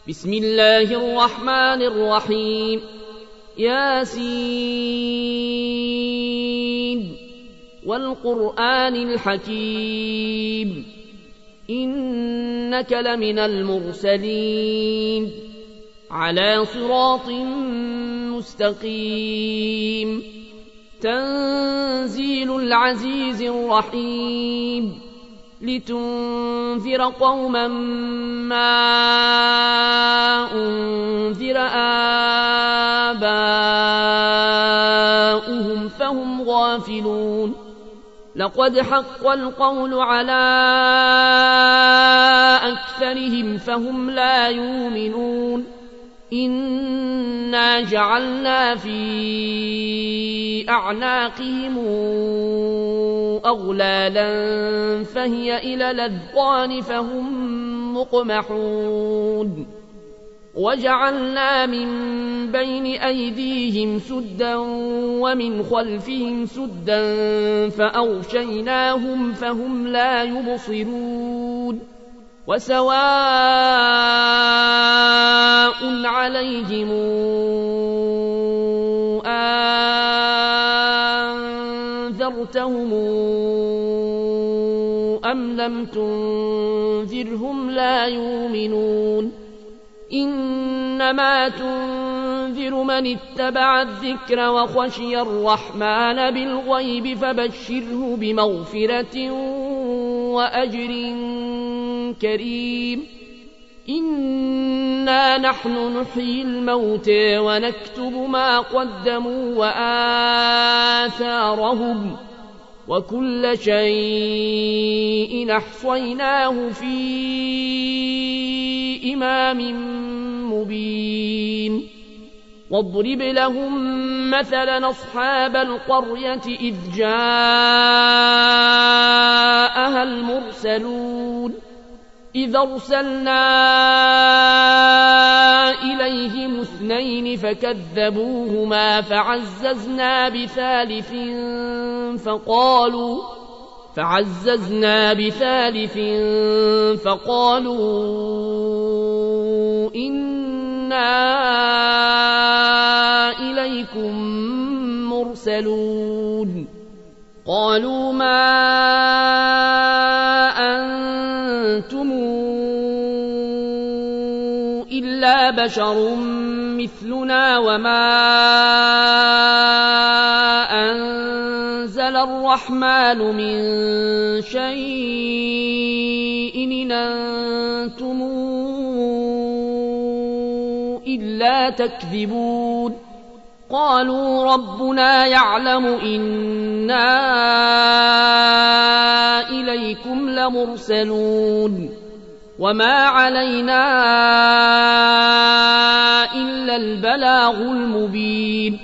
بسم الله الرحمن الرحيم ياسين والقرآن الحكيم إنك لمن المرسلين على صراط مستقيم تنزيل العزيز الرحيم لتنذر قوما ما أنذر آباؤهم فهم غافلون لقد حق القول على أكثرهم فهم لا يؤمنون إنا جعلنا في أعناقهم أغلالا فهي إلى الأذقان فهم مقمحون وجعلنا من بين أيديهم سدا ومن خلفهم سدا فأغشيناهم فهم لا يبصرون وسواء عليهم أنذرتهم أم لم تنذرهم لا يؤمنون إنما تنذر من اتبع الذكر وخشي الرحمن بالغيب فبشره بمغفرة وأجر كريم إنا نحن نحيي الموتى ونكتب ما قدموا وآثارهم وكل شيء أحصيناه في إمام مبين واضرب لهم مثلا أصحاب القرية إذ جاءها المرسلون إذ أرسلنا إليهم اثنين فكذبوهما فعززنا بثالث فقالوا إنا إليكم مرسلون قالوا ما أنتم إلا بشر مثلنا وما أنزل الرحمن من شيء إن أنتم إلا تكذبون قالوا ربنا يعلم إنا إليكم لمرسلون وما علينا إلا البلاغ المبين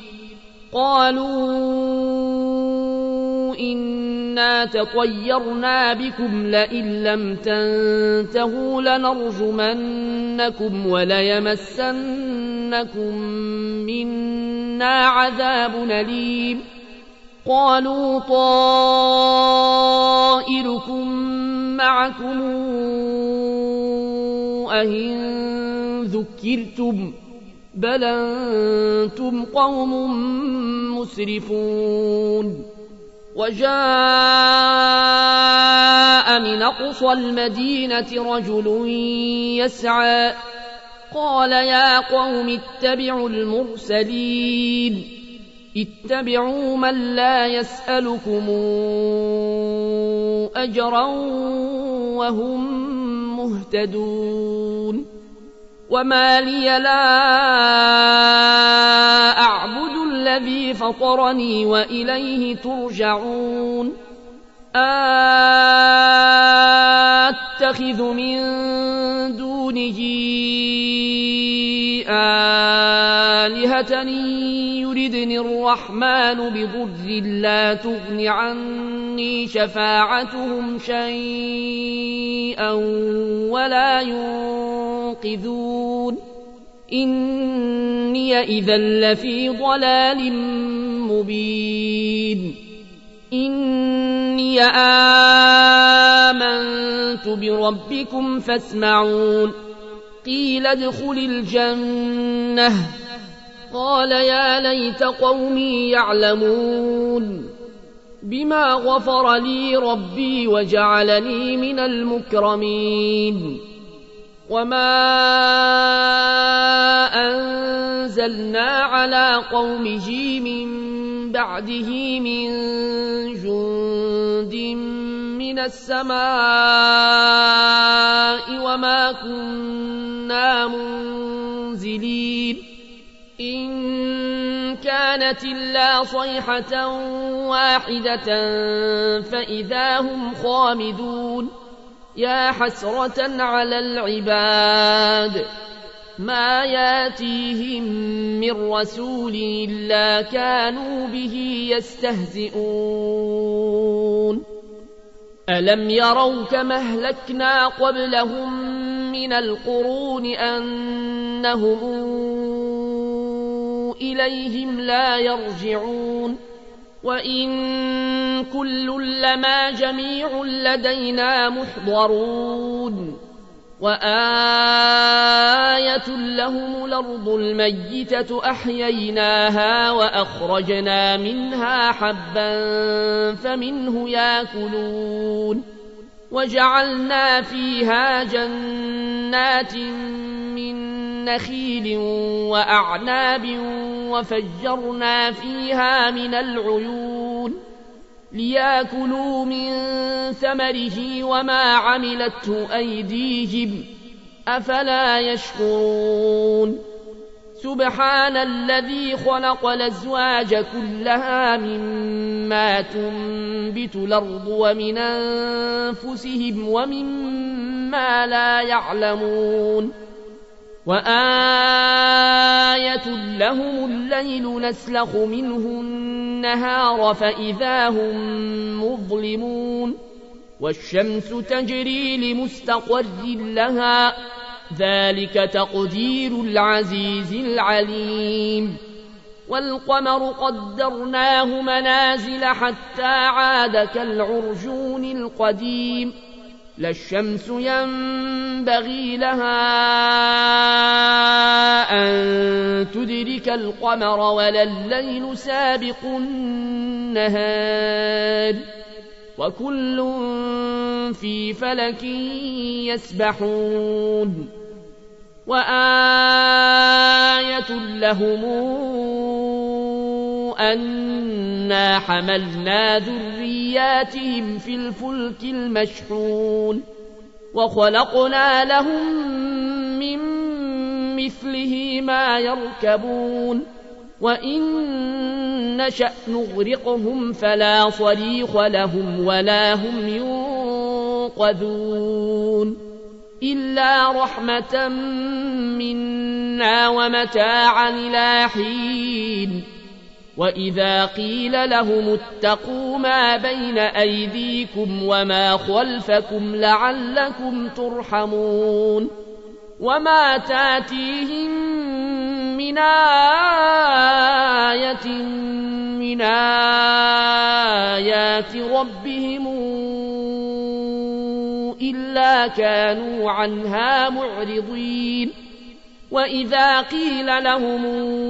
قالوا إنا تطيرنا بكم لئن لم تنتهوا لنرجمنكم وليمسنكم منا عذاب أليم قالوا طائركم معكم أئن ذكرتم بل أنتم قوم مسرفون وجاء من أقصى المدينة رجل يسعى قال يا قوم اتبعوا المرسلين اتبعوا من لا يسألكم أجرا وهم مهتدون وما لي لا أعبد الذي فطرني وإليه ترجعون أتخذ من دونه آلهة يردني الرحمن بضر لا تغن عني شفاعتهم شيئا ولا ينقذون إني إذا لفي ضلال مبين إني آمنت بربكم فاسمعون قيل ادخل الجنة قال يا ليت قومي يعلمون بما غفر لي ربي وجعلني من المكرمين وما أنزلنا على قومه من بعده من جند من السماء وما كنا منزلين إن كانت إلا صيحة واحدة فإذا هم خامدون يا حسرة على العباد ما ياتيهم من رسول إلا كانوا به يستهزئون ألم يروا كما أهلكنا قبلهم من القرون أنهم إليهم لا يرجعون وإن كل لما جميع لدينا محضرون وآية لهم الأرض الميتة أحييناها وأخرجنا منها حبا فمنه يأكلون وجعلنا فيها جنات من نخيل وأعناب وفجرنا فيها من العيون ليأكلوا من ثمره وما عملته أيديهم أفلا يشكرون سبحان الذي خلق الأزواج كلها مما تنبت الأرض ومن أنفسهم ومما لا يعلمون وآية لهم الليل نسلخ منه النهار فإذا هم مظلمون والشمس تجري لمستقر لها ذلك تقدير العزيز العليم والقمر قدرناه منازل حتى عاد كالعرجون القديم لا الشمس ينبغي لها أن تدرك القمر ولا الليل سابق النهار وكل في فلك يسبحون وآية لهم أنا حملنا ذرياتهم في الفلك المشحون وخلقنا لهم من مثله ما يركبون وإن نشأ نغرقهم فلا صريخ لهم ولا هم ينقذون إلا رحمة منا ومتاعا إلى حين وإذا قيل لهم اتقوا ما بين أيديكم وما خلفكم لعلكم ترحمون وما تاتيهم من آية من آيات ربهم إلا كانوا عنها معرضين وإذا قيل لهم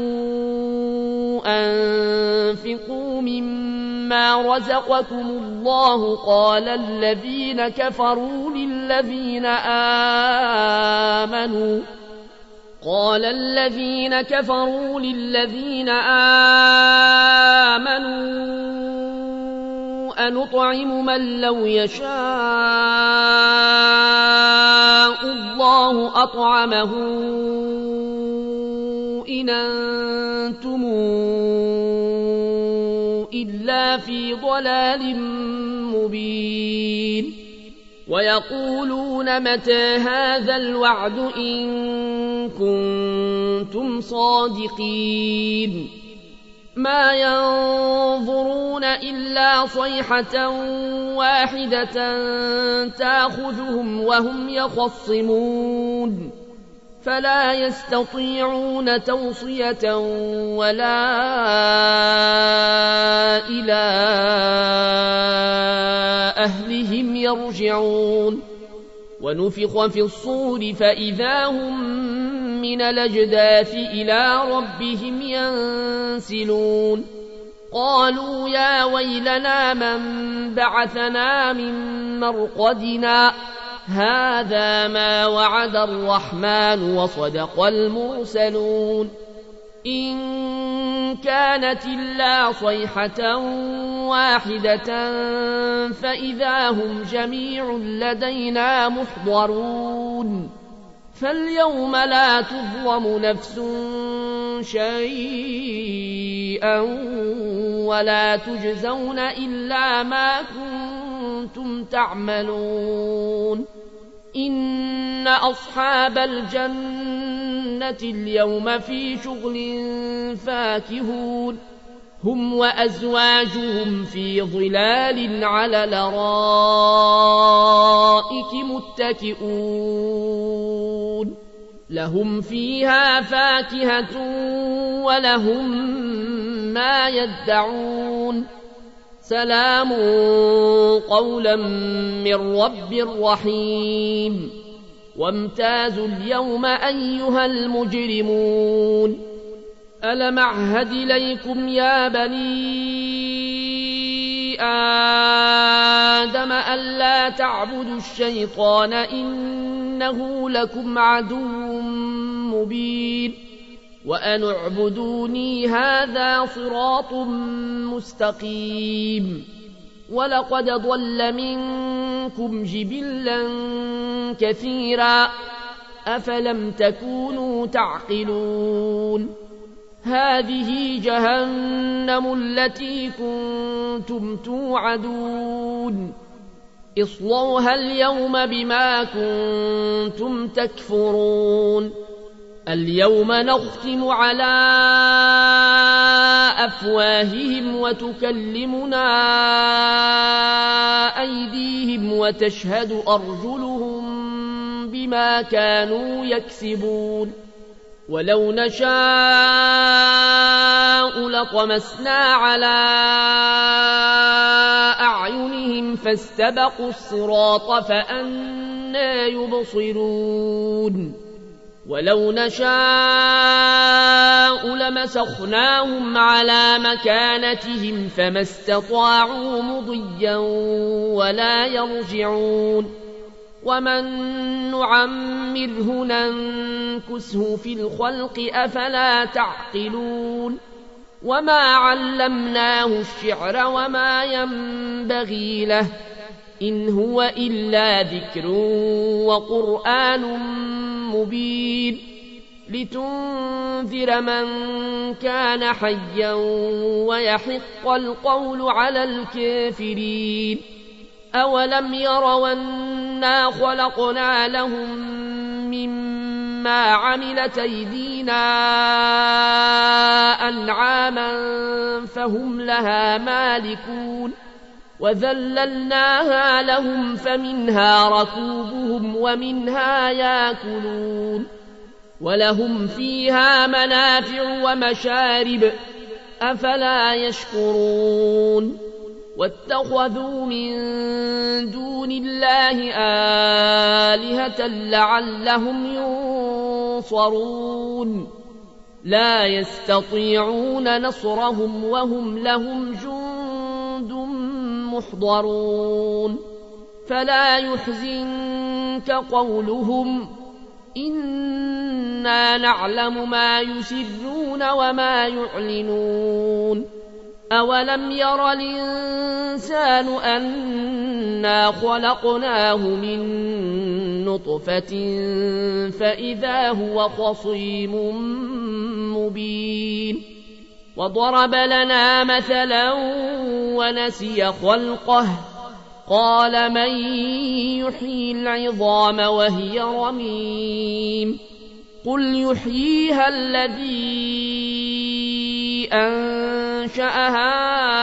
أنفقوا مما رزقكم الله قال الذين كفروا للذين آمنوا أنطعم من لو يشاء الله أطعمه إن أنتم إلا في ضلال مبين ويقولون متى هذا الوعد إن كنتم صادقين ما ينظرون إلا صيحة واحدة تأخذهم وهم يخصمون فلا يستطيعون توصية ولا إلى أهلهم يرجعون ونفخ في الصور فإذا هم من الأجداث إلى ربهم ينسلون قالوا يا ويلنا من بعثنا من مرقدنا هذا ما وعد الرحمن وصدق المرسلون إن كانت إلا صيحة واحدة فإذا هم جميع لدينا محضرون فاليوم لا تظلم نفس شيئا ولا تجزون إلا ما كنتم تعملون إن أصحاب الجنة اليوم في شغل فاكهون هم وأزواجهم في ظلال على الأرائك متكئون لهم فيها فاكهة ولهم ما يدعون سلام قولا من رب رحيم وامتازوا اليوم أيها المجرمون ألم أعهد إليكم يا بني آدم ألا تعبدوا الشيطان إنه لكم عدو مبين وأن اعبدوني هذا صراط مستقيم ولقد ضل منكم جبلا كثيرا أفلم تكونوا تعقلون هذه جهنم التي كنتم توعدون اصلوها اليوم بما كنتم تكفرون اليوم نختم على أفواههم وتكلمنا أيديهم وتشهد أرجلهم بما كانوا يكسبون ولو نشاء لطمسنا على أعينهم فاستبقوا الصراط فأنى يبصرون ولو نشاء لمسخناهم على مكانتهم فما استطاعوا مضيا ولا يرجعون ومن نعمره ننكسه في الخلق أفلا تعقلون وما علمناه الشعر وما ينبغي له إن هو إلا ذكر وقرآن مبين لتنذر من كان حيا ويحق القول على الكافرين أولم يروا أنا خلقنا لهم مما عملت أيدينا أنعاما فهم لها مالكون وذللناها لهم فمنها ركوبهم ومنها ياكلون ولهم فيها منافع ومشارب أفلا يشكرون واتخذوا من دون الله آلهة لعلهم ينصرون لا يستطيعون نصرهم وهم لهم جند محضرون فلا يحزنك قولهم إنا نعلم ما يسرون وما يعلنون أولم ير الإنسان أنا خلقناه من نطفة فإذا هو خصيم مبين وضرب لنا مثلا ونسي خلقه قال من يحيي العظام وهي رميم قل يحييها الذي أنشأها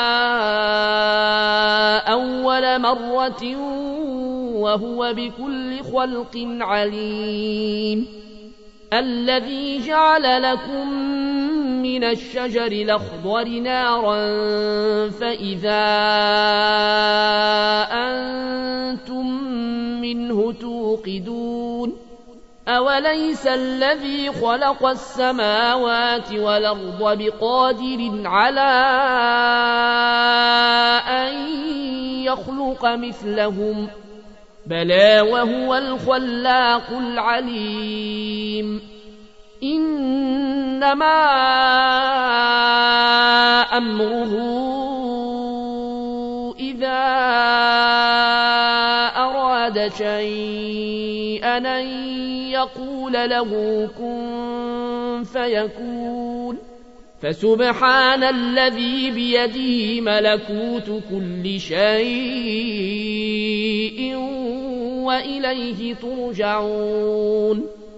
أول مرة وهو بكل خلق عليم الذي جعل لكم من الشجر الأخضر نارا فإذا أنتم منه توقدون أوليس الذي خلق السماوات والأرض بقادر على أن يخلق مثلهم بلى وهو الخلاق العليم إنما أمره إذا أراد شيئا أن يقول له كن فيكون فسبحان الذي بيده ملكوت كل شيء وإليه ترجعون